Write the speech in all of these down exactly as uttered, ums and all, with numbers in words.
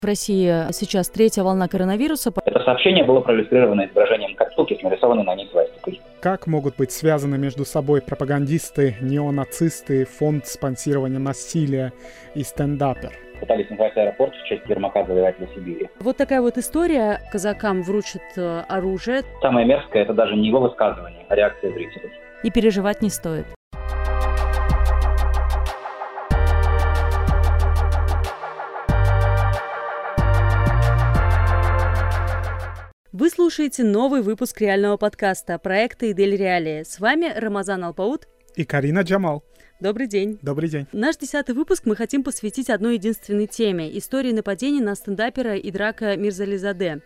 в России сейчас третья волна коронавируса. Это сообщение было проиллюстрировано изображением картинки с нарисованной на ней свастикой. Как могут быть связаны между собой пропагандисты, неонацисты, фонд спонсирования насилия и стендапер? Пытались назвать аэропорт в честь Ермака, завоевателя Сибири. Вот такая вот история. Казакам вручат оружие. Самое мерзкое – это даже не его высказывание, а реакция зрителей. И переживать не стоит. Вы слушаете новый выпуск реального подкаста проекта «Идель Реалии». С вами Рамазан Алпаут и Карина Джамал. Добрый день. Добрый день. Наш десятый выпуск мы хотим посвятить одной единственной теме – истории нападений на стендапера Идрака Мирзализаде.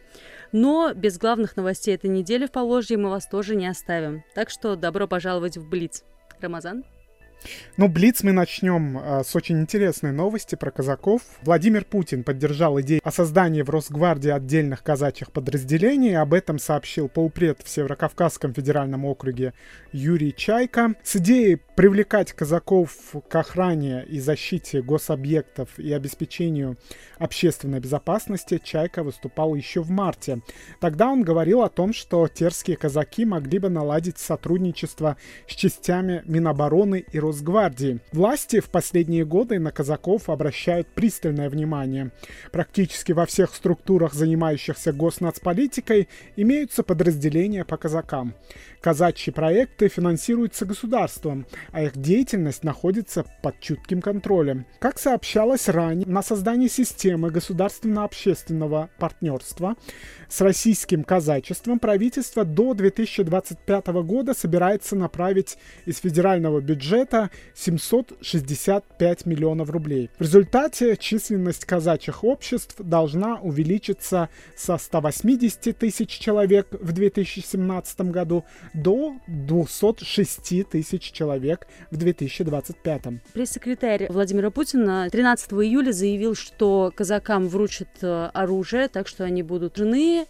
Но без главных новостей этой недели в Поволжье мы вас тоже не оставим. Так что добро пожаловать в Блиц. Рамазан? Ну, Блиц мы начнем э, с очень интересной новости про казаков. Владимир Путин поддержал идею о создании в Росгвардии отдельных казачьих подразделений. Об этом сообщил полпред в Северокавказском федеральном округе Юрий Чайка. С идеей привлекать казаков к охране и защите гособъектов и обеспечению общественной безопасности Чайка выступал еще в марте. Тогда он говорил о том, что терские казаки могли бы наладить сотрудничество с частями Минобороны и Росгвардии. Власти в последние годы на казаков обращают пристальное внимание. Практически во всех структурах, занимающихся госнацполитикой, имеются подразделения по казакам. Казачьи проекты финансируются государством, а их деятельность находится под чутким контролем. Как сообщалось ранее, на создание системы государственно-общественного партнерства с российским казачеством правительство до две тысячи двадцать пятого года собирается направить из федерального бюджета семьсот шестьдесят пять миллионов рублей. В результате численность казачьих обществ должна увеличиться со ста восьмидесяти тысяч человек в две тысячи семнадцатом году до двухсот шести тысяч человек в две тысячи двадцать пятом. Пресс-секретарь Владимира Путина тринадцатого июля заявил, что казакам вручат оружие, так что они будут жены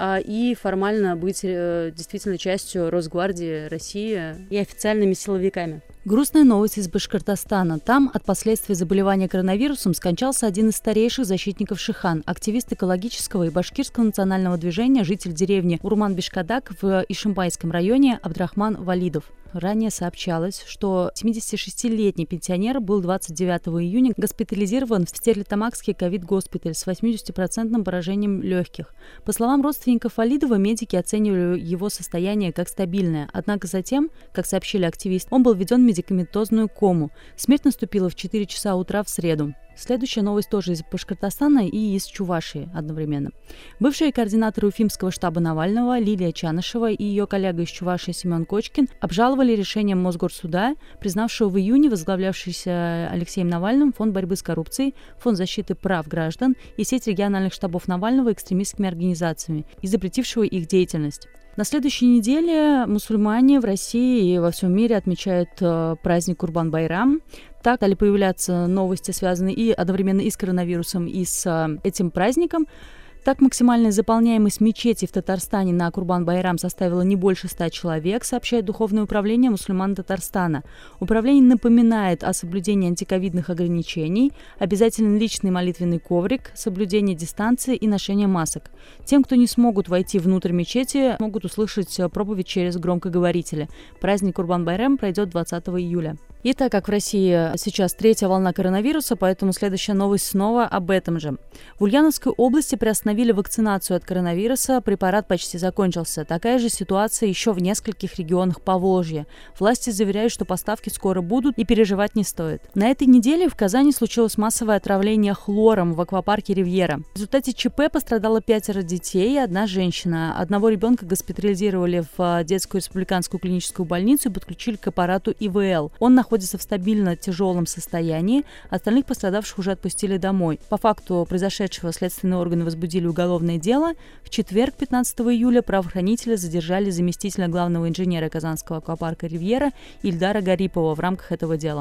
и формально быть действительно частью Росгвардии России и официальными силовиками. Грустная новость из Башкортостана. Там от последствий заболевания коронавирусом скончался один из старейших защитников Шихан, активист экологического и башкирского национального движения, житель деревни Урман-Бишкадак в Ишимбайском районе Абдрахман Валидов. Ранее сообщалось, что семидесятишестилетний пенсионер был двадцать девятого июня госпитализирован в Стерлитамакский ковид-госпиталь с восьмидесятипроцентным поражением легких. По словам родственников Валидова, медики оценивали его состояние как стабильное. Однако затем, как сообщили активисты, он был введен в медикаментозную кому. Смерть наступила в четыре часа утра в среду. Следующая новость тоже из Башкортостана и из Чувашии одновременно. Бывшие координаторы Уфимского штаба Навального Лилия Чанышева и ее коллега из Чувашии Семен Кочкин обжаловали решение Мосгорсуда, признавшего в июне возглавлявшийся Алексеем Навальным Фонд борьбы с коррупцией, Фонд защиты прав граждан и сеть региональных штабов Навального экстремистскими организациями и запретившего их деятельность. На следующей неделе мусульмане в России и во всем мире отмечают э, праздник Курбан-Байрам. Так стали появляться новости, связанные и одновременно и с коронавирусом, и с э, этим праздником. Так, максимальная заполняемость мечети в Татарстане на Курбан-Байрам составила не больше ста человек, сообщает Духовное управление мусульман Татарстана. Управление напоминает о соблюдении антиковидных ограничений, обязателен личный молитвенный коврик, соблюдение дистанции и ношение масок. Тем, кто не смогут войти внутрь мечети, могут услышать проповедь через громкоговорители. Праздник Курбан-Байрам пройдет двадцатого июля. И так как в России сейчас третья волна коронавируса, поэтому следующая новость снова об этом же. В Ульяновской области приостановили вакцинацию от коронавируса, препарат почти закончился. Такая же ситуация еще в нескольких регионах Поволжья. Власти заверяют, что поставки скоро будут и переживать не стоит. На этой неделе в Казани случилось массовое отравление хлором в аквапарке «Ривьера». В результате ЧП пострадало пятеро детей и одна женщина. Одного ребенка госпитализировали в детскую республиканскую клиническую больницу и подключили к аппарату И В Л. Он находится находится в стабильно тяжелом состоянии, остальных пострадавших уже отпустили домой. По факту произошедшего следственные органы возбудили уголовное дело. В четверг, пятнадцатого июля, правоохранители задержали заместителя главного инженера Казанского аквапарка «Ривьера» Ильдара Гарипова в рамках этого дела.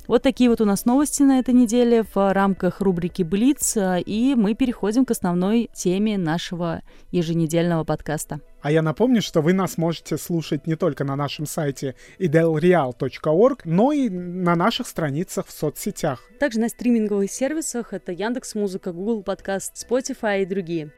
Вот такие вот у нас новости на этой неделе в рамках рубрики «Блиц», и мы переходим к основной теме нашего еженедельного подкаста. А я напомню, что вы нас можете слушать не только на нашем сайте и дел реал точка орг, но и на наших страницах в соцсетях. Также на стриминговых сервисах — это Яндекс.Музыка, Google Подкаст, Spotify и другие.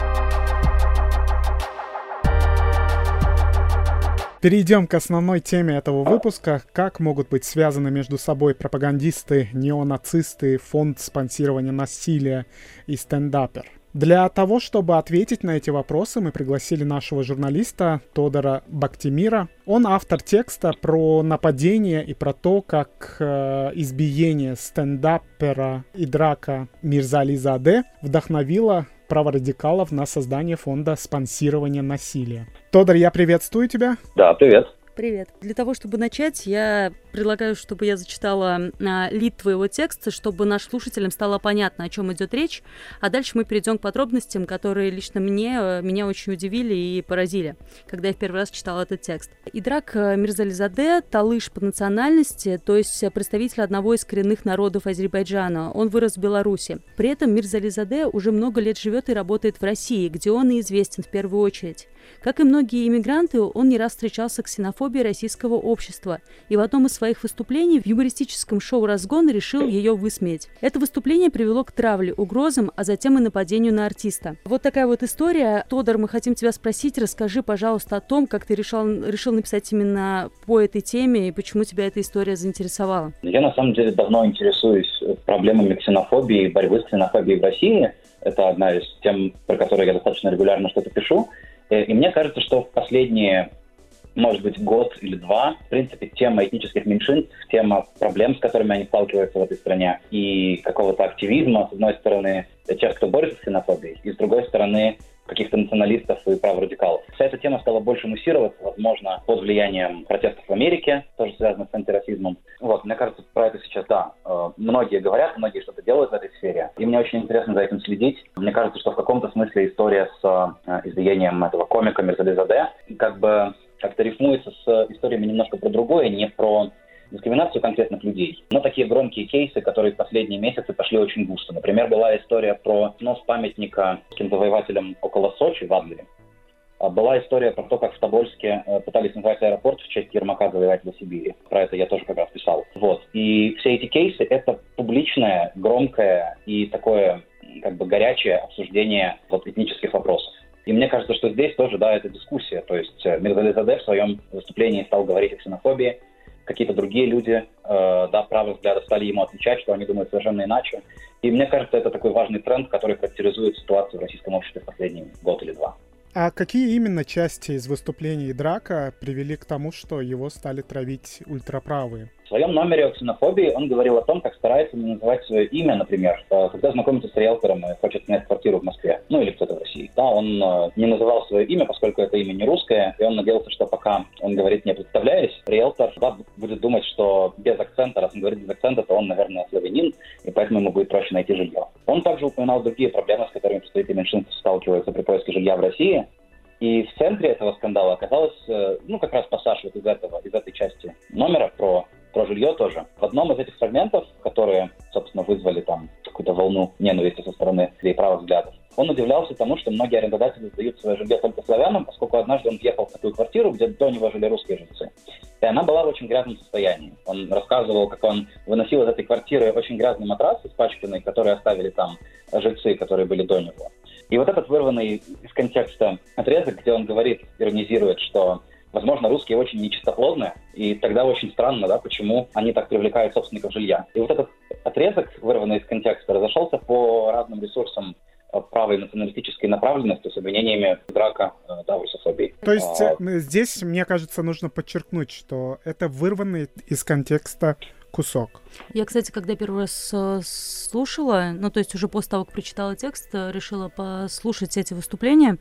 Перейдем к основной теме этого выпуска. Как могут быть связаны между собой пропагандисты, неонацисты, фонд спонсирования насилия и стендапер? Для того, чтобы ответить на эти вопросы, мы пригласили нашего журналиста Тодора Бактимира. Он автор текста про нападение и про то, как э, избиение стендапера Идрака Мирзализаде вдохновило праворадикалов на создание фонда спонсирования насилия. Тодор, я приветствую тебя. Да, привет. Привет. Для того, чтобы начать, я предлагаю, чтобы я зачитала а, лид твоего текста, чтобы нашим слушателям стало понятно, о чем идет речь, а дальше мы перейдем к подробностям, которые лично мне, меня очень удивили и поразили, когда я в первый раз читала этот текст. Идрак Мирзализаде – талыш по национальности, то есть представитель одного из коренных народов Азербайджана. Он вырос в Беларуси. При этом Мирзализаде уже много лет живет и работает в России, где он и известен в первую очередь. Как и многие иммигранты, он не раз встречался с ксенофобией российского общества и в одном из своих выступлений в юмористическом шоу «Разгон» решил ее высмеять. Это выступление привело к травле, угрозам, а затем и нападению на артиста. Вот такая вот история. Тодор, мы хотим тебя спросить, расскажи, пожалуйста, о том, как ты решил, решил написать именно по этой теме и почему тебя эта история заинтересовала. Я на самом деле давно интересуюсь проблемами ксенофобии и борьбы с ксенофобией в России. Это одна из тем, про которые я достаточно регулярно что-то пишу. И мне кажется, что в последние, может быть, год или два, в принципе, тема этнических меньшинств, тема проблем, с которыми они сталкиваются в этой стране, и какого-то активизма, с одной стороны, тех, кто борется с ксенофобией, и с другой стороны, каких-то националистов и праворадикалов. Вся эта тема стала больше муссироваться, возможно, под влиянием протестов в Америке, тоже связано с антирасизмом. Вот, мне кажется, про это сейчас, да, многие говорят, многие что-то делают в этой сфере, и мне очень интересно за этим следить. Мне кажется, что в каком-то смысле история с избиением этого комика Мирзализаде как бы как-то рифмуется с историями немножко про другое, не про дискриминацию конкретных людей. Но такие громкие кейсы, которые в последние месяцы пошли очень густо. Например, была история про снос памятника русским завоевателям около Сочи, в Адлере. Была история про то, как в Тобольске пытались назвать аэропорт в честь Ермака, завоевателя Сибири. Про это я тоже как раз писал. Вот. И все эти кейсы — это публичное, громкое и такое как бы горячее обсуждение вот этнических вопросов. И мне кажется, что здесь тоже, да, это дискуссия. То есть Мирзализаде в своем выступлении стал говорить о ксенофобии. Какие-то другие люди, э, да, правых взглядов стали ему отвечать, что они думают совершенно иначе. И мне кажется, это такой важный тренд, который характеризует ситуацию в российском обществе в последний год или два. А какие именно части из выступлений Идрака привели к тому, что его стали травить ультраправые? В своем номере о ксенофобии он говорил о том, как старается не называть свое имя, например, когда знакомится с риэлтором и хочет снять квартиру в Москве, ну или кто-то в России. Да, он не называл свое имя, поскольку это имя не русское, и он надеялся, что пока он говорит, не представляясь, риэлтор, да, будет думать, что без акцента, раз он говорит без акцента, то он, наверное, славянин, и поэтому ему будет проще найти жилье. Он также упоминал другие проблемы, с которыми представители меньшинств сталкиваются при поиске жилья в России. И в центре этого скандала оказалось, ну, как раз пассаж вот из этого, из этой части номера про, про жилье тоже. В одном из этих фрагментов, которые, собственно, вызвали там какую-то волну ненависти со стороны людей правых взглядов, он удивлялся тому, что многие арендодатели сдают свое жилье только славянам, поскольку однажды он въехал в такую квартиру, где до него жили русские жильцы. И она была в очень грязном состоянии. Он рассказывал, как он выносил из этой квартиры очень грязный матрас, испачканный, который оставили там жильцы, которые были до него. И вот этот вырванный из контекста отрезок, где он говорит, иронизирует, что, возможно, русские очень нечистоплотные, и тогда очень странно, да, почему они так привлекают собственников жилья. И вот этот отрезок, вырванный из контекста, разошелся по разным ресурсам правой националистической направленности с обвинениями Идрака, да, в русофобии. То есть а... здесь, мне кажется, нужно подчеркнуть, что это вырванный из контекста кусок. Я, кстати, когда первый раз слушала, ну, то есть уже после того, как прочитала текст, решила послушать эти выступления.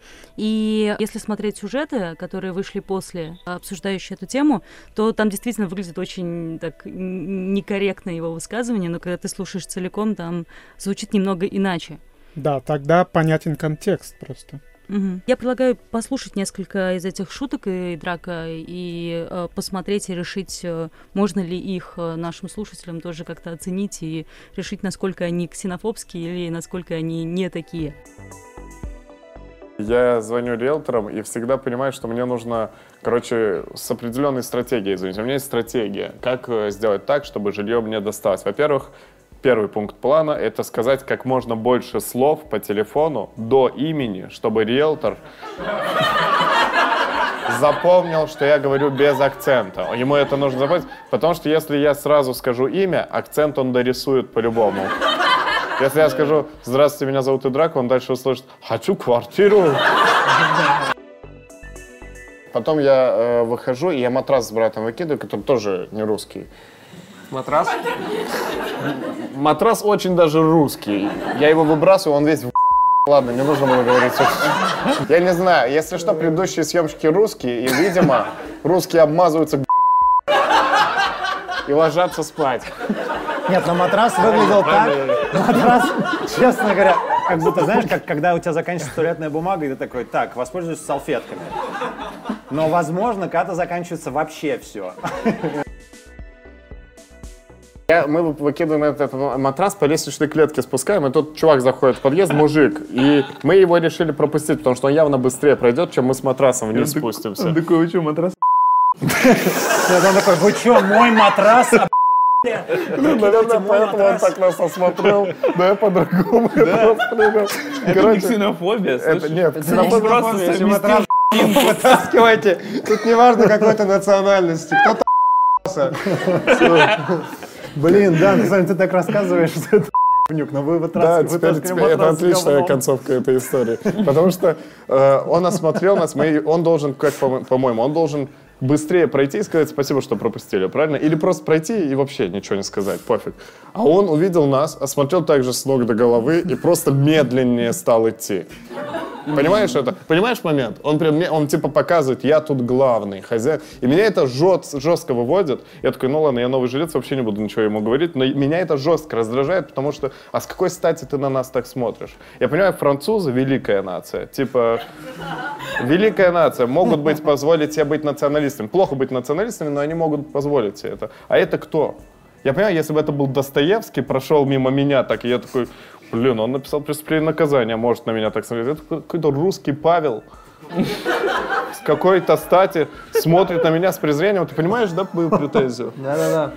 И если смотреть сюжеты, которые вышли после, обсуждающие эту тему, то там действительно выглядит очень так некорректно его высказывание, но когда ты слушаешь целиком, там звучит немного иначе. Да, тогда понятен контекст просто. Угу. Я предлагаю послушать несколько из этих шуток и драка, и э, посмотреть и решить, э, можно ли их э, нашим слушателям тоже как-то оценить и решить, насколько они ксенофобские или насколько они не такие. Я звоню риэлторам и всегда понимаю, что мне нужно, короче, с определенной стратегией звонить. У меня есть стратегия, как сделать так, чтобы жилье мне досталось. Во-первых, первый пункт плана — это сказать как можно больше слов по телефону до имени, чтобы риэлтор запомнил, что я говорю без акцента. Ему это нужно запомнить, потому что если я сразу скажу имя, акцент он дорисует по-любому. Если я скажу «Здравствуйте, меня зовут Идрак», он дальше услышит «Хочу квартиру». Потом я э, выхожу, и я матрас с братом выкидываю, который тоже не русский. Матрас? Матрас очень даже русский. Я его выбрасываю, он весь в... Ладно, не нужно было говорить. Я не знаю, если что, предыдущие съемщики русские, и, видимо, русские обмазываются и ложатся спать. Нет, но матрас выглядел так, матрас, честно говоря, как будто, знаешь, как когда у тебя заканчивается туалетная бумага, и ты такой, так, воспользуюсь салфетками. Но, возможно, когда-то заканчивается вообще все. Я, мы выкидываем этот, этот матрас, по лестничной клетке спускаем, и тут чувак заходит в подъезд, мужик, и мы его решили пропустить, потому что он явно быстрее пройдет, чем мы с матрасом вниз он спустимся. Он такой, вы что, матрас? Нет, он такой, вы что, мой матрас? Ну, наверное, поэтому он так нас осмотрел. Да, я по-другому это воспринял. Это не ксенофобия, слушай. Нет, ксенофобия просто если матрас вытаскивайте. Тут не важно какой-то национальности. Кто-то Блин, да, ты так рассказываешь, что это нюк, но вы вытаскиваете. Да, теперь, теперь это отличная концовка этой истории. Потому что э, он осмотрел нас, мы, он должен, как по-моему, он должен быстрее пройти и сказать спасибо, что пропустили, правильно? Или просто пройти и вообще ничего не сказать, пофиг. А он увидел нас, осмотрел также с ног до головы и просто медленнее стал идти. Понимаешь это? Понимаешь момент? Он прям, он типа показывает, я тут главный хозяин. И меня это жест, жестко выводит. Я такой, ну ладно, я новый жилец, вообще не буду ничего ему говорить. Но меня это жестко раздражает, потому что, а с какой стати ты на нас так смотришь? Я понимаю, французы — великая нация. Типа, великая нация. Могут быть, позволить себе быть националистами. Плохо быть националистами, но они могут позволить себе это. А это кто? Я понимаю, если бы это был Достоевский, прошел мимо меня так, и я такой, блин, он написал «Преступление и наказание», может на меня так смотреть. Это какой-то русский Павел с какой-то стати смотрит на меня с презрением. Ты понимаешь, да, мою претензию? Да-да-да.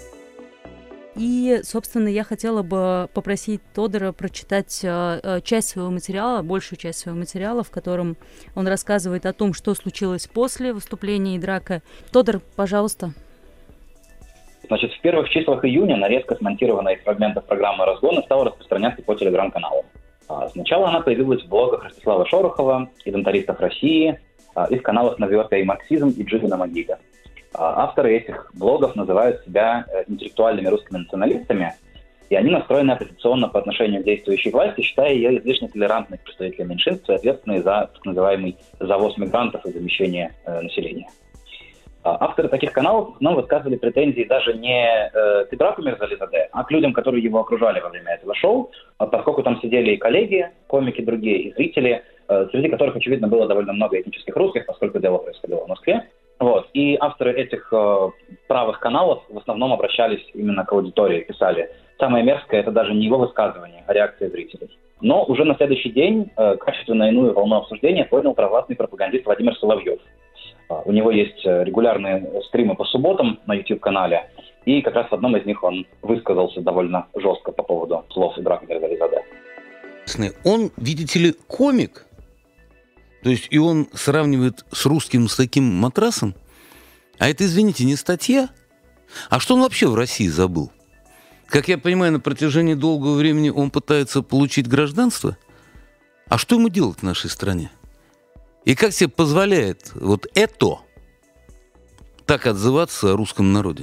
И, собственно, я хотела бы попросить Тодора прочитать э, часть своего материала, большую часть своего материала, в котором он рассказывает о том, что случилось после выступления Идрака. Тодор, пожалуйста. Значит, в первых числах июня нарезка, смонтированная из фрагментов программы «Разгоны», стала распространяться по телеграм-каналам. Сначала она появилась в блогах Ростислава Шорохова, «Идентаристов России», и в каналах «Новиота и марксизм» и «Джигана Магига». Авторы этих блогов называют себя интеллектуальными русскими националистами, и они настроены оппозиционно по отношению к действующей власти, считая ее излишне толерантной к представителям меньшинств и ответственной за так называемый завоз мигрантов и замещение э, населения. Авторы таких каналов в основном высказывали претензии даже не э, к Идраку Мирзализаде, а к людям, которые его окружали во время этого шоу, поскольку там сидели и коллеги, комики другие, и зрители, э, среди которых, очевидно, было довольно много этнических русских, поскольку дело происходило в Москве. Вот. И авторы этих э, правых каналов в основном обращались именно к аудитории, писали. Самое мерзкое — это даже не его высказывание, а реакция зрителей. Но уже на следующий день э, качественно иную волну обсуждения поднял провластный пропагандист Владимир Соловьев. У него есть регулярные стримы по субботам на YouTube-канале, и как раз в одном из них он высказался довольно жестко по поводу слов Идрака Мирзализаде. Он, видите ли, комик, то есть и он сравнивает с русским с таким матрасом, а это, извините, не статья? А что он вообще в России забыл? Как я понимаю, на протяжении долгого времени он пытается получить гражданство, а что ему делать в нашей стране? И как себе позволяет вот это так отзываться о русском народе?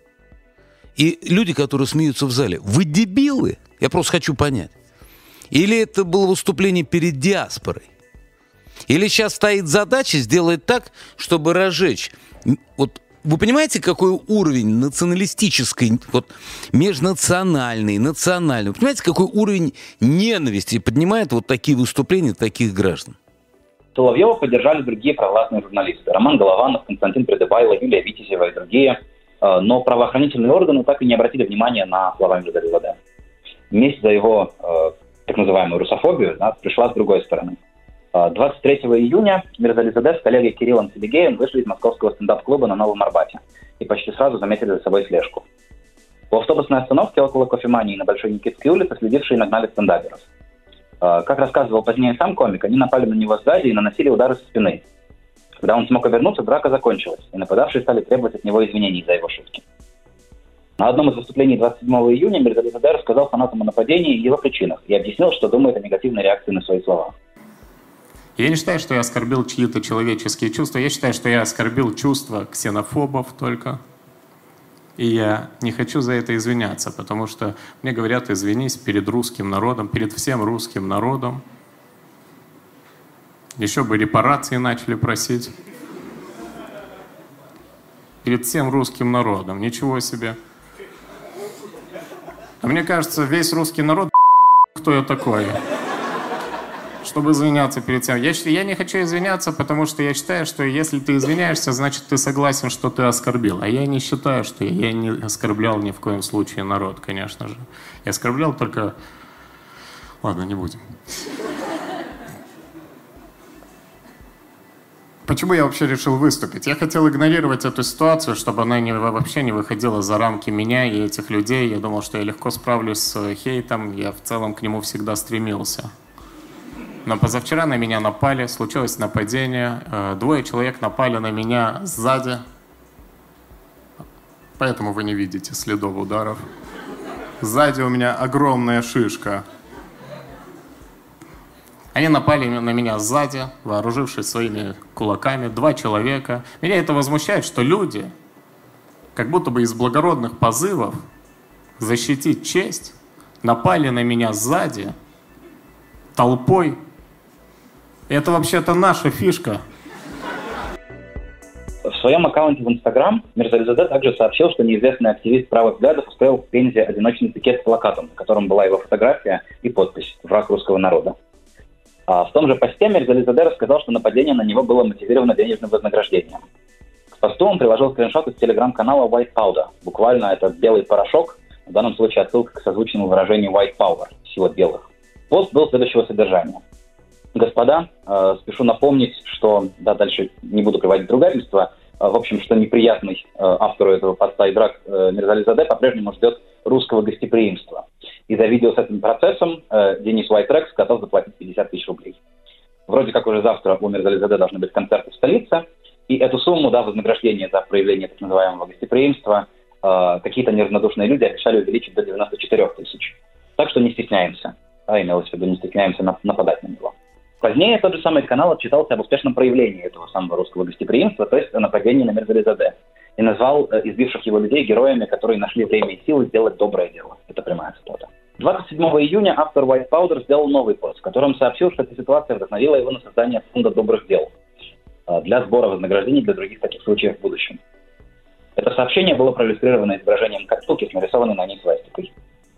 И люди, которые смеются в зале, вы дебилы? Я просто хочу понять. Или это было выступление перед диаспорой? Или сейчас стоит задача сделать так, чтобы разжечь... Вот вы понимаете, какой уровень националистической, вот, межнациональный, национальный? Вы понимаете, какой уровень ненависти поднимает вот такие выступления таких граждан? Соловьева поддержали другие провластные журналисты. Роман Голованов, Константин Придыбайло, Юлия Витязева и другие. Но правоохранительные органы так и не обратили внимания на слова Мирзализаде. Месть за его э, так называемую русофобию, да, пришла с другой стороны. двадцать третьего июня Мирзализаде с коллегой Кириллом Сибигеем вышли из московского стендап-клуба на Новом Арбате и почти сразу заметили за собой слежку. У автобусной остановки около кофемании на Большой Никитской улице следившие нагнали стендаперов. Как рассказывал позднее сам комик, они напали на него сзади и наносили удары со спины. Когда он смог обернуться, драка закончилась, и нападавшие стали требовать от него извинений за его шутки. На одном из выступлений двадцать седьмого июня Мирзализаде рассказал фанатам о нападении и его причинах и объяснил, что думает о негативной реакции на свои слова. Я не считаю, что я оскорбил чьи-то человеческие чувства. Я считаю, что я оскорбил чувства ксенофобов только. И я не хочу за это извиняться, потому что мне говорят, извинись перед русским народом, перед всем русским народом. Еще бы репарации начали просить. Перед всем русским народом. Ничего себе. А мне кажется, весь русский народ, кто я такой, чтобы извиняться перед всем. Я, я не хочу извиняться, потому что я считаю, что если ты извиняешься, значит, ты согласен, что ты оскорбил. А я не считаю, что я, я не оскорблял ни в коем случае народ, конечно же. Я оскорблял только... Ладно, не будем. Почему я вообще решил выступить? Я хотел игнорировать эту ситуацию, чтобы она не, вообще не выходила за рамки меня и этих людей. Я думал, что я легко справлюсь с хейтом. Я в целом к нему всегда стремился. Но позавчера на меня напали, случилось нападение. Двое человек напали на меня сзади. Поэтому вы не видите следов ударов. Сзади у меня огромная шишка. Они напали на меня сзади, вооружившись своими кулаками. Два человека. Меня это возмущает, что люди, как будто бы из благородных позывов защитить честь, напали на меня сзади толпой. Это вообще-то наша фишка. В своем аккаунте в Инстаграм Мирзализаде также сообщил, что неизвестный активист правых взглядов устроил в Пензе одиночный пикет с плакатом, на котором была его фотография и подпись «Враг русского народа». А в том же посте Мирзализаде рассказал, что нападение на него было мотивировано денежным вознаграждением. К посту он приложил скриншот из телеграм-канала White Powder. Буквально это белый порошок, в данном случае отсылка к созвучному выражению White Power, сила белых. Пост был следующего содержания. Господа, э, спешу напомнить, что, да, дальше не буду приводить ругательства, э, в общем, что неприятный э, автору этого поста и драк э, Мирзализаде по-прежнему ждет русского гостеприимства. И за видео с этим процессом э, Денис Уайтрекс готов заплатить пятьдесят тысяч рублей. Вроде как уже завтра у Мирзализаде должны быть концерты в столице, и эту сумму, да, вознаграждение за проявление так называемого гостеприимства, э, какие-то неравнодушные люди обещали увеличить до девяноста четырёх тысяч. Так что не стесняемся. Да, имелось в виду, не стесняемся нападать на него. Позднее тот же самый канал отчитался об успешном проявлении этого самого русского гостеприимства, то есть о нападении на Мирзализаде, и назвал э, избивших его людей героями, которые нашли время и силы сделать доброе дело. Это прямая цитата. двадцать седьмого июня автор White Powder сделал новый пост, в котором сообщил, что эта ситуация вдохновила его на создание фонда добрых дел э, для сбора вознаграждений для других таких случаев в будущем. Это сообщение было проиллюстрировано изображением картинки с нарисованной на ней свастикой.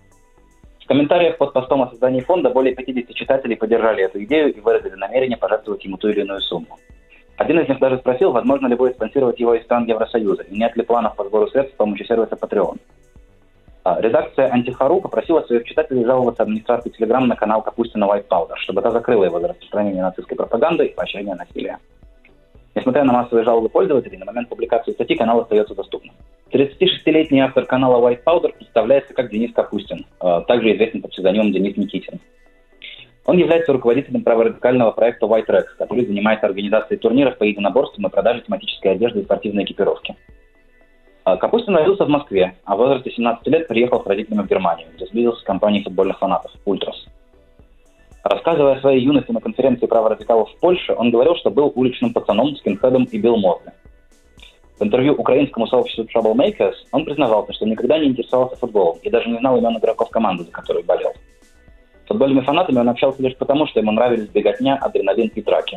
В комментариях под постом о создании фонда более пятидесяти читателей поддержали эту идею и выразили намерение пожертвовать ему ту или иную сумму. Один из них даже спросил, возможно ли будет спонсировать его из стран Евросоюза, и нет ли планов по сбору средств с помощью сервиса Patreon. Редакция «Антихару» попросила своих читателей жаловаться администрации Telegram на канал Капустина White Powder, чтобы та закрыла его за распространение нацистской пропаганды и поощрение насилия. Несмотря на массовые жалобы пользователей, на момент публикации статьи канал остается доступным. тридцатишестилетний автор канала White Powder представляется как Денис Капустин, также известный под псевдонимом Денис Никитин. Он является руководителем праворадикального проекта White Rex, который занимается организацией турниров по единоборствам и продажей тематической одежды и спортивной экипировки. Капустин родился в Москве, а в возрасте семнадцати лет приехал с родителями в Германию, где сблизился с компанией футбольных фанатов «Ультрас». Рассказывая о своей юности на конференции праворадикалов в Польше, он говорил, что был уличным пацаном, скинхедом и бил морды. В интервью украинскому сообществу Troublemakers он признавался, что никогда не интересовался футболом и даже не знал имен игроков команды, за которую болел. С футбольными фанатами он общался лишь потому, что ему нравились беготня, адреналин и драки.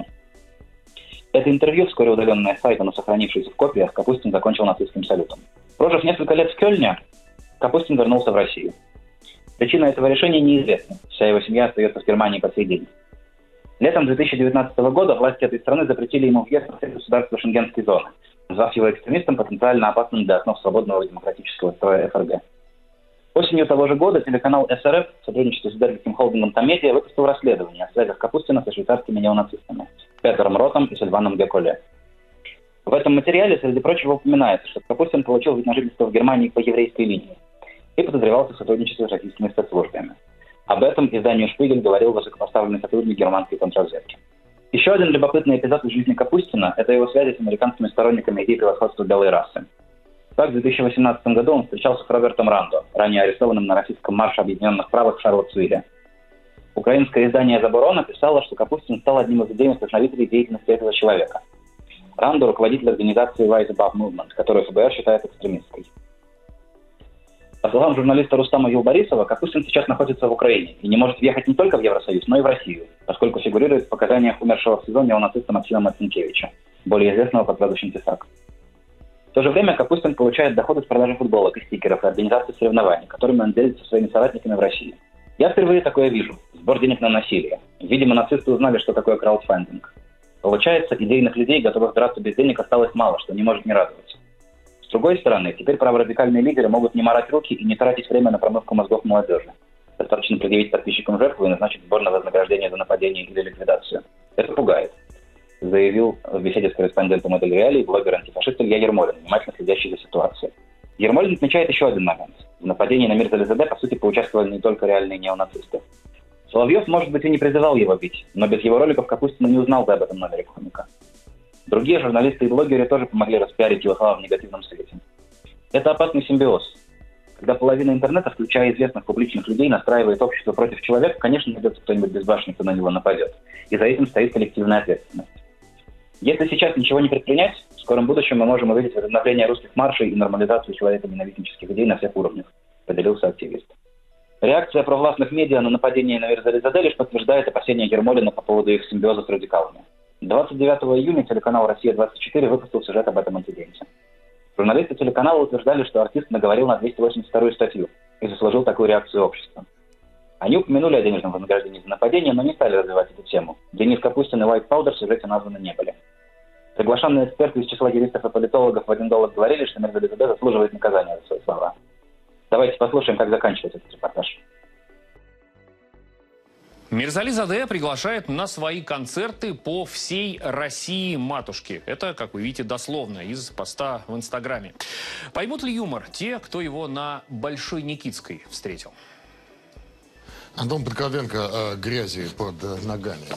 Это интервью, вскоре удаленное с сайта, но сохранившееся в копиях, Капустин закончил нацистским салютом. Прожив несколько лет в Кёльне, Капустин вернулся в Россию. Причина этого решения неизвестна. Вся его семья остается в Германии по сей день. Летом две тысячи девятнадцатого года власти этой страны запретили ему въезд в все государства Шенгенской зоны, назвав его экстремистом, потенциально опасным для основ свободного и демократического строя эф эр гэ. Осенью того же года телеканал эс эр эф в сотрудничестве с исследовательским холдингом Тамедиа выпустил расследование о связях Капустина со швейцарскими неонацистами Петером Ротом и Сильваном Геколе. В этом материале, среди прочего, упоминается, что Капустин получил вид на жительство в Германии по еврейской линии и подозревался в сотрудничестве с российскими спецслужбами. Об этом изданию «Шпигель» говорил высокопоставленный сотрудник германской контрразведки. Еще один любопытный эпизод из жизни Капустина – это его связи с американскими сторонниками идеи превосходства белой расы. Так, в две тысячи восемнадцатом году он встречался с Робертом Рандо, ранее арестованным на российском марше объединенных правых в Шарлоттсвилле. Украинское издание «Заборона» писало, что Капустин стал одним из идейных вдохновителей деятельности этого человека. Рандо – руководитель организации Rise Above Movement, которую эф бэ эр считает экстремистской. По словам журналиста Рустама Юлбарисова, Капустин сейчас находится в Украине и не может въехать не только в Евросоюз, но и в Россию, поскольку фигурирует в показаниях умершего в СИЗО неонациста Максима Марцинкевича, более известного под прозвищем Тесак. В то же время Капустин получает доходы с продажи футболок и стикеров и организации соревнований, которыми он делится со своими соратниками в России. Я впервые такое вижу. Сбор денег на насилие. Видимо, нацисты узнали, что такое краудфандинг. Получается, идейных людей, готовых драться без денег, осталось мало, что не может не радовать. С другой стороны, теперь праворадикальные лидеры могут не морать руки и не тратить время на промывку мозгов молодежи. Достаточно предъявить подписчикам жертву и назначить сбор на вознаграждение за нападение или ликвидацию. Это пугает, заявил в беседе с корреспондентом «Модель Реалий» блогер-антифашист Илья Ермолин, внимательно следящий за ситуацией. Ермолин отмечает еще один момент. В нападении на Мирзалиь Заде, по сути, поучаствовали не только реальные неонацисты. Соловьев, может быть, и не призывал его бить, но без его роликов Капустин не узнал бы об этом номере комика. Другие журналисты и блогеры тоже помогли распиарить его слова в негативном свете. Это опасный симбиоз. Когда половина интернета, включая известных публичных людей, настраивает общество против человека, конечно, найдется кто-нибудь безбашенный, кто на него нападет. И за этим стоит коллективная ответственность. Если сейчас ничего не предпринять, в скором будущем мы можем увидеть возобновление русских маршей и нормализацию человеконенавистнических идей на всех уровнях, поделился активист. Реакция провластных медиа на нападение на Мирзалиь Заде лишь подтверждает опасения Ермолина по поводу их симбиоза с радикалами. двадцать девятого июня телеканал «Россия двадцать четыре» выпустил сюжет об этом инциденте. Журналисты телеканала утверждали, что артист наговорил на двести восемьдесят вторую статью и заслужил такую реакцию общества. Они упомянули о денежном вознаграждении за нападение, но не стали развивать эту тему. Денис Капустин и White Powder в сюжете названы не были. Приглашенные эксперты из числа юристов и политологов в один доллар говорили, что Мирзалиь Заде заслуживает наказания за свои слова. Давайте послушаем, как заканчивается этот репортаж. Мирзалиь Заде приглашает на свои концерты по всей России матушки. Это, как вы видите, дословно из поста в Инстаграме. Поймут ли юмор те, кто его на Большой Никитской встретил? Антон Подкорденко о грязи под ногами.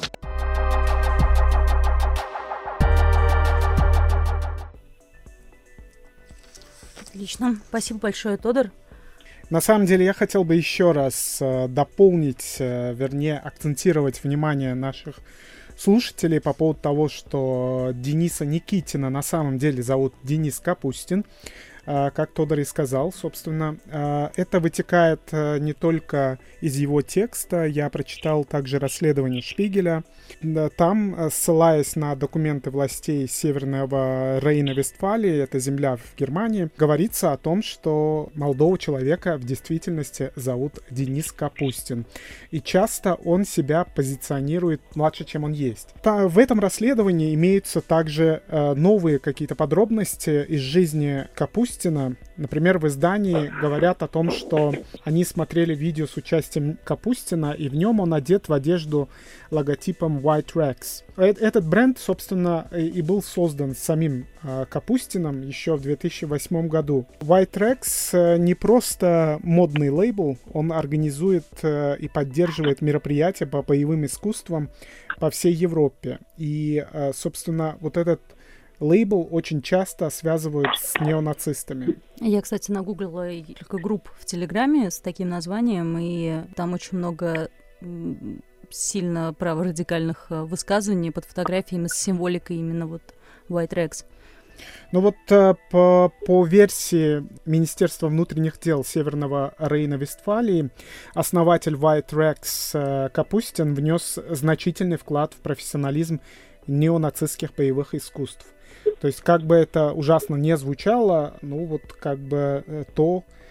Отлично. Спасибо большое, Тодор. На самом деле я хотел бы еще раз э, дополнить, э, вернее, акцентировать внимание наших слушателей по поводу того, что Дениса Никитина на самом деле зовут Денис Капустин. Э, как Тодор и сказал, собственно, э, это вытекает э, не только из его текста. Я прочитал также расследование Шпигеля. Там, ссылаясь на документы властей Северного Рейна-Вестфалии, это земля в Германии, говорится о том, что молодого человека в действительности зовут Денис Капустин. И часто он себя позиционирует младше, чем он есть. В этом расследовании имеются также новые какие-то подробности из жизни Капустина. Например, в издании говорят о том, что они смотрели видео с участием Капустина, и в нем он одет в одежду логотипом White Rex. Этот бренд, собственно, и был создан самим Капустином еще в две тысячи восьмом году. White Rex не просто модный лейбл, он организует и поддерживает мероприятия по боевым искусствам по всей Европе. И, собственно, вот этот лейбл очень часто связывают с неонацистами. Я, кстати, нагуглила несколько групп в Телеграме с таким названием, и там очень много сильно праворадикальных высказываний под фотографиями с символикой именно вот White Rex. Ну вот по, по версии Министерства внутренних дел Северного Рейна-Вестфалии, основатель White Rex Капустин внес значительный вклад в профессионализм неонацистских боевых искусств. То есть, как бы это ужасно не звучало, ну вот как бы то,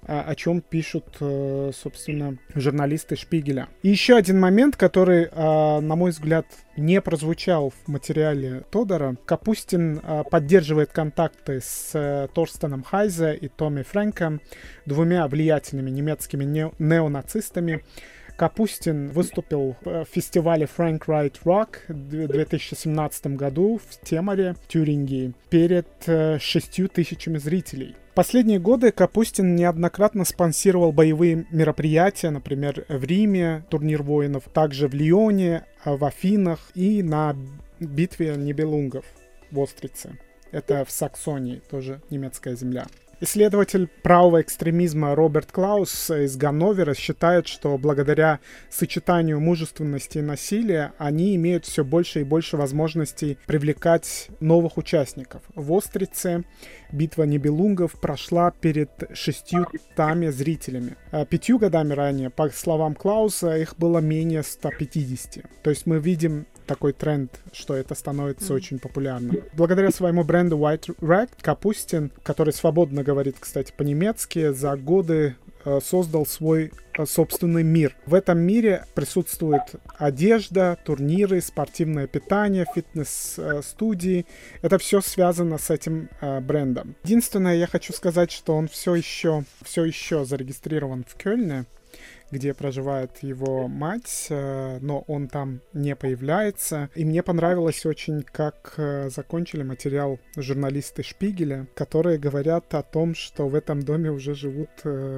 о чем пишут, собственно, журналисты Шпигеля. И еще один момент, который, на мой взгляд, не прозвучал в материале Тодора. Капустин поддерживает контакты с Торстеном Хайзе и Томми Фрэнком, двумя влиятельными немецкими не- неонацистами. Капустин выступил в фестивале Frank Right Rock в две тысячи семнадцатом году в Теморе, Тюрингии, перед шестью тысячами зрителей. В последние годы Капустин неоднократно спонсировал боевые мероприятия, например, в Риме, турнир воинов, также в Лионе, в Афинах и на битве Нибелунгов в Острице. Это в Саксонии, тоже немецкая земля. Исследователь правого экстремизма Роберт Клаус из Ганновера считает, что благодаря сочетанию мужественности и насилия они имеют все больше и больше возможностей привлекать новых участников. В Острице битва Нибелунгов прошла перед шестьюстами зрителями. Пятью годами ранее, по словам Клауса, их было менее ста пятидесяти. То есть мы видим такой тренд, что это становится mm. очень популярным. Благодаря своему бренду White Rag Капустин, который свободно говорит, кстати, по-немецки, за годы э, создал свой э, собственный мир. В этом мире присутствует одежда, турниры, спортивное питание, фитнес-студии. Это все связано с этим э, брендом. Единственное, я хочу сказать, что он все еще, все еще зарегистрирован в Кёльне, где проживает его мать, но он там не появляется. И мне понравилось очень, как закончили материал журналисты Шпигеля, которые говорят о том, что в этом доме уже живут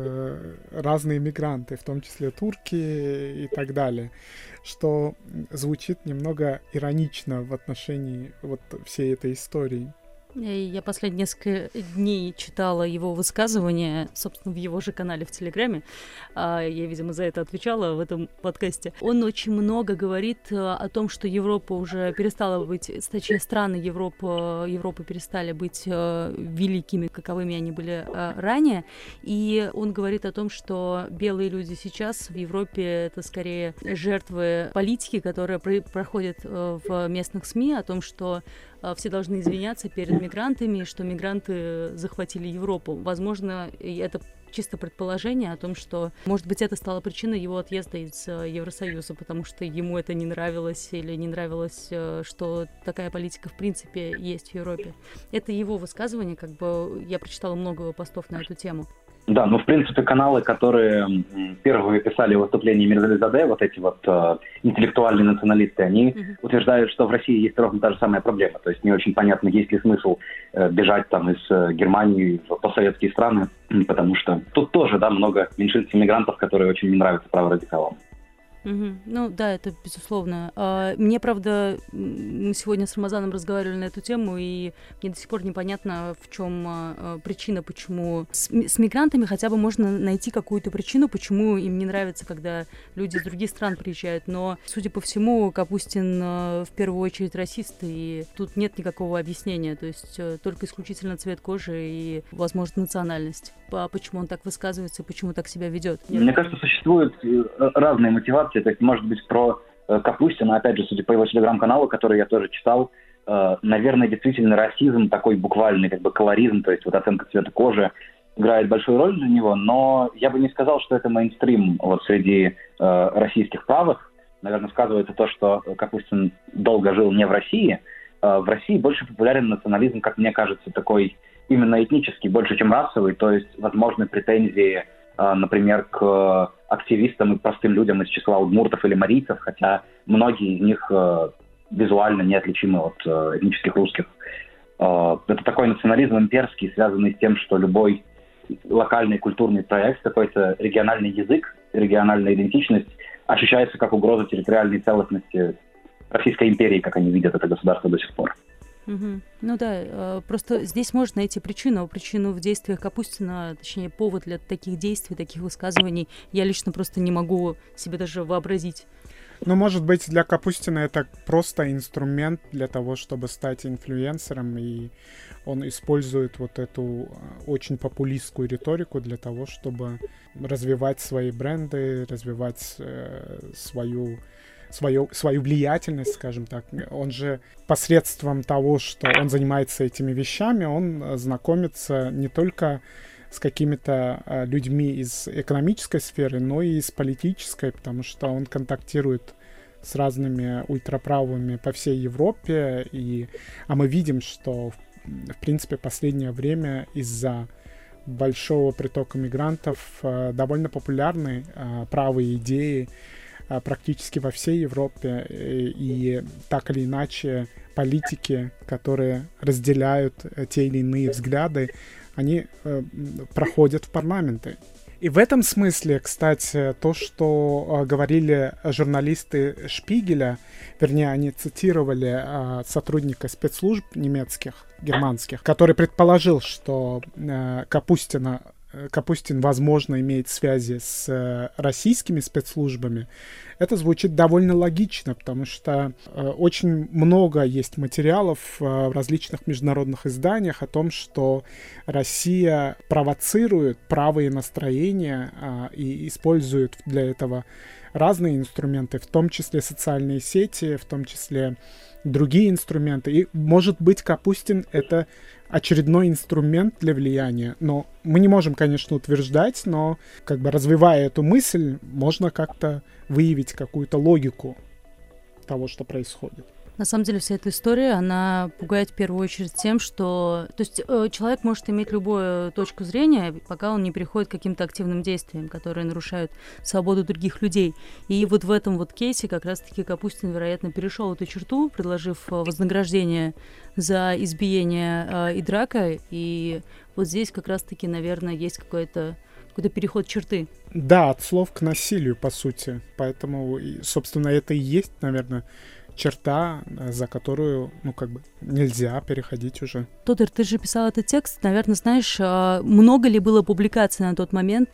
разные мигранты, в том числе турки и так далее, что звучит немного иронично в отношении вот всей этой истории. Я последние несколько дней читала его высказывания, собственно, в его же канале в Телеграме. Я, видимо, за это отвечала в этом подкасте. Он очень много говорит о том, что Европа уже перестала быть, точнее, страны Европы, Европы перестали быть великими, каковыми они были ранее. И он говорит о том, что белые люди сейчас в Европе — это скорее жертвы политики, которая проходит в местных СМИ, о том, что все должны извиняться перед мигрантами, что мигранты захватили Европу. Возможно, это чисто предположение о том, что, может быть, это стало причиной его отъезда из Евросоюза, потому что ему это не нравилось или не нравилось, что такая политика в принципе есть в Европе. Это его высказывание, как бы я прочитала много постов на эту тему. Да, ну, в принципе, каналы, которые первые писали выступления Мирзализаде, вот эти вот э, интеллектуальные националисты, они uh-huh. утверждают, что в России есть ровно та же самая проблема. То есть не очень понятно, есть ли смысл э, бежать там из э, Германии в постсоветские страны, потому что тут тоже, да, много меньшинств иммигрантов, которые очень не нравятся праворадикалам. Угу. Ну да, это безусловно. А, мне, правда, мы сегодня с Рамазаном разговаривали на эту тему, и мне до сих пор непонятно, в чем а, причина, почему с, с мигрантами хотя бы можно найти какую-то причину, почему им не нравится, когда люди из других стран приезжают. Но, судя по всему, Капустин а, в первую очередь расист, и тут нет никакого объяснения. То есть а, только исключительно цвет кожи и, возможно, национальность. А почему он так высказывается, почему так себя ведет? Мне кажется, существуют разные мотивации. То есть, может быть, про э, Капустина, опять же, судя по его телеграм-каналу, который я тоже читал, э, наверное, действительно расизм, такой буквальный как бы колоризм, то есть вот оценка цвета кожи играет большую роль для него, но я бы не сказал, что это мейнстрим вот среди э, российских правых. Наверное, сказывается то, что Капустин долго жил не в России. Э, в России больше популярен национализм, как мне кажется, такой именно этнический, больше, чем расовый, то есть, возможны претензии, например, к активистам и простым людям из числа удмуртов или марийцев, хотя многие из них визуально неотличимы от этнических русских. Это такой национализм имперский, связанный с тем, что любой локальный культурный проект, какой-то региональный язык, региональная идентичность ощущается как угроза территориальной целостности Российской империи, как они видят это государство до сих пор. Угу. Ну да, просто здесь можно найти причину, причину в действиях Капустина, точнее повод для таких действий, таких высказываний я лично просто не могу себе даже вообразить. Ну, может быть, для Капустина это просто инструмент для того, чтобы стать инфлюенсером, и он использует вот эту очень популистскую риторику для того, чтобы развивать свои бренды, развивать э, свою... Свою, свою влиятельность, скажем так. Он же посредством того, что он занимается этими вещами, он знакомится не только с какими-то э, людьми из экономической сферы, но и из политической, потому что он контактирует с разными ультраправыми по всей Европе, и, а мы видим, что, в принципе, в последнее время из-за большого притока мигрантов э, довольно популярны э, правые идеи э, практически во всей Европе, и, и так или иначе политики, которые разделяют э, те или иные взгляды, они э, проходят в парламенты. И в этом смысле, кстати, то, что э, говорили журналисты Шпигеля, вернее, они цитировали э, сотрудника спецслужб немецких, германских, который предположил, что э, Капустина, Капустин, возможно, имеет связи с э, российскими спецслужбами, это звучит довольно логично, потому что э, очень много есть материалов э, в различных международных изданиях о том, что Россия провоцирует правые настроения э, и использует для этого разные инструменты, в том числе социальные сети, в том числе другие инструменты. И, может быть, Капустин — это очередной инструмент для влияния. Но мы не можем, конечно, утверждать, но, как бы развивая эту мысль, можно как-то выявить какую-то логику того, что происходит. На самом деле вся эта история, она пугает в первую очередь тем, что... То есть э, человек может иметь любую точку зрения, пока он не приходит к каким-то активным действиям, которые нарушают свободу других людей. И вот в этом вот кейсе как раз-таки Капустин, вероятно, перешел эту черту, предложив вознаграждение за избиение э, и драка. И вот здесь как раз-таки, наверное, есть какой-то какой-то переход черты. Да, от слов к насилию, по сути. Поэтому, собственно, это и есть, наверное, черта, за которую, ну, как бы, нельзя переходить уже. Тодор, ты же писал этот текст, наверное, знаешь, много ли было публикаций на тот момент,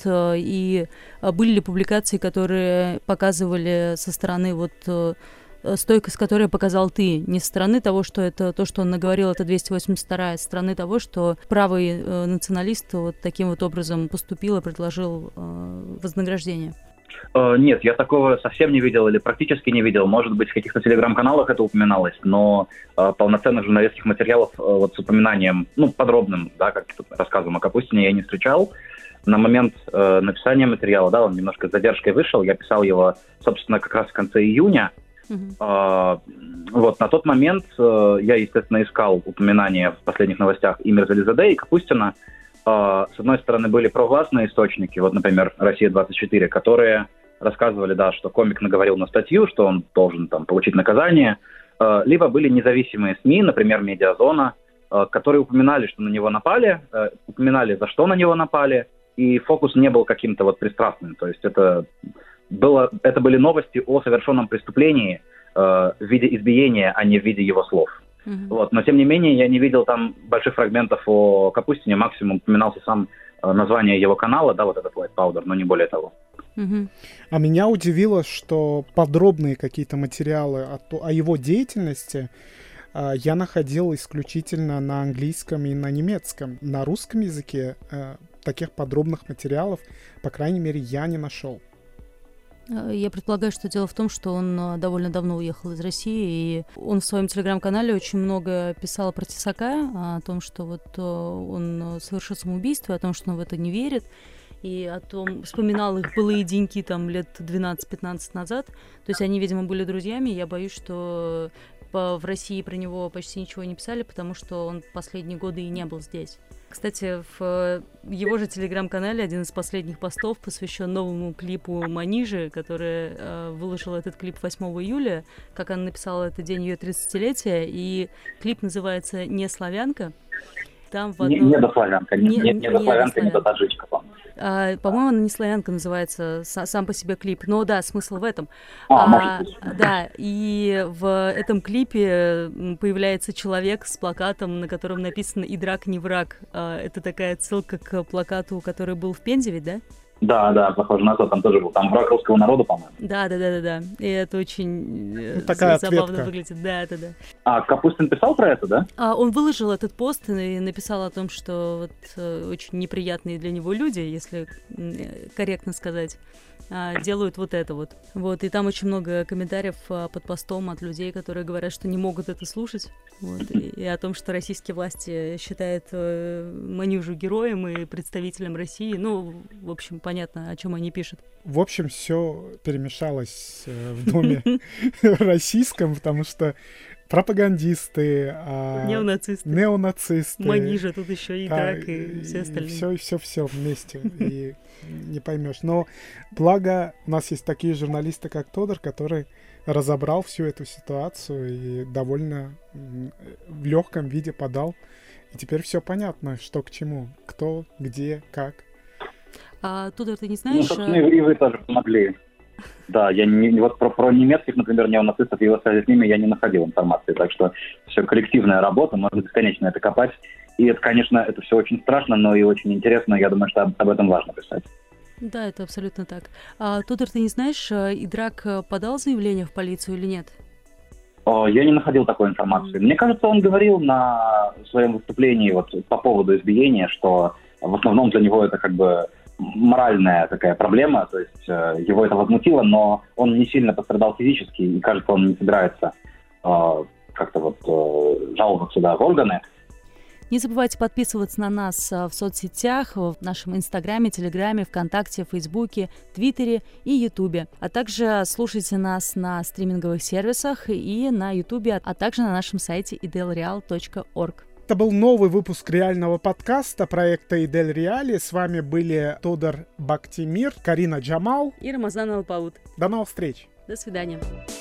и были ли публикации, которые показывали со стороны вот стойкость, которую показал ты, не со стороны того, что это то, что он наговорил, это двести восемьдесят вторая, а со стороны того, что правый э, националист вот таким вот образом поступил и предложил э, вознаграждение? Uh, нет, я такого совсем не видел или практически не видел. Может быть, в каких-то телеграм-каналах это упоминалось, но uh, полноценных журналистских материалов uh, вот с упоминанием, ну, подробным, да, как тут рассказываем о Капустине, я не встречал. На момент uh, написания материала, да, он немножко с задержкой вышел, я писал его, собственно, как раз в конце июня. Uh-huh. Uh, вот, на тот момент uh, я, естественно, искал упоминания в последних новостях и Мирзализаде, и Капустина. Uh, с одной стороны, были провластные источники, вот, например, Россия двадцать четыре, которые рассказывали, да, что комик наговорил на статью, что он должен там получить наказание. Uh, либо были независимые СМИ, например, Медиазона, uh, которые упоминали, что на него напали, uh, упоминали, за что на него напали, и фокус не был каким-то вот пристрастным. То есть это... Было, это были новости о совершенном преступлении э, в виде избиения, а не в виде его слов. Mm-hmm. Вот. Но, тем не менее, я не видел там больших фрагментов о Капустине. Максимум упоминался сам э, название его канала, да, вот этот White Powder, но не более того. Mm-hmm. А меня удивило, что подробные какие-то материалы о, о его деятельности э, я находил исключительно на английском и на немецком. На русском языке э, таких подробных материалов, по крайней мере, я не нашел. Я предполагаю, что дело в том, что он довольно давно уехал из России, и он в своем телеграм-канале очень много писал про Тесака, о том, что вот он совершил самоубийство, о том, что он в это не верит, и о том, вспоминал их былые деньки там лет двенадцать-пятнадцать назад. То есть они, видимо, были друзьями, я боюсь, что в России про него почти ничего не писали, потому что он последние годы и не был здесь. Кстати, в его же телеграм-канале один из последних постов посвящен новому клипу Манижи, которая э, выложила этот клип восьмого июля, как она написала, это день ее тридцатилетия, и клип называется «Не славянка». Там в одном... Не, не до славянка, не, не, не до славянка, не до таджичка, по-моему. А, по-моему, она не славянка называется, сам по себе клип. Но да, смысл в этом. А, а, да, и в этом клипе появляется человек с плакатом, на котором написано «И драк не враг». А, это такая отсылка к плакату, который был в Пензе, ведь, да? Да, да, похоже на то, там тоже был. Там враг русского народа, по-моему. Да, да, да, да, да. И это очень э, Такая забавно ответка. выглядит. Да, да, да. А Капустин писал про это, да? А он выложил этот пост и написал о том, что вот э, очень неприятные для него люди, если э, корректно сказать, а, делают вот это вот. Вот, и там очень много комментариев а, под постом от людей, которые говорят, что не могут это слушать. Вот, и, и о том, что российские власти считают э, Манюжу героем и представителем России. Ну, в общем, понятно, о чем они пишут. В общем, все перемешалось э, в доме российском, потому что пропагандисты, а, неонацисты, неонацисты, Манижа, тут еще и да, Драк, и все остальные. Все, и все, все вместе, и не поймешь. Но благо у нас есть такие журналисты, как Тодор, который разобрал всю эту ситуацию и довольно в легком виде подал. И теперь все понятно, что к чему, кто, где, как. А, Тодор, ты не знаешь... Ну, собственно, и вы тоже помогли. Да, я не, вот про, про немецких, например, неонацистов и его связи с ними я не находил информации, так что все коллективная работа, можно бесконечно это копать. И это, конечно, это все очень страшно, но и очень интересно, я думаю, что об, об этом важно писать. Да, это абсолютно так. А, Тодор, ты не знаешь, и Драк подал заявление в полицию или нет? О, я не находил такой информации. Мне кажется, он говорил на своем выступлении вот по поводу избиения, что в основном для него это как бы моральная такая проблема, то есть э, его это возмутило, но он не сильно пострадал физически, и, кажется, он не собирается э, как-то вот э, жаловаться да, в органы. Не забывайте подписываться на нас в соцсетях, в нашем Инстаграме, Телеграме, ВКонтакте, Фейсбуке, Твиттере и Ютубе. А также слушайте нас на стриминговых сервисах и на Ютубе, а также на нашем сайте idelreal точка орг. Это был новый выпуск реального подкаста проекта Идель Реали. С вами были Тодор Бактимир, Карина Джамал и Рамазан Алпаут. До новых встреч. До свидания.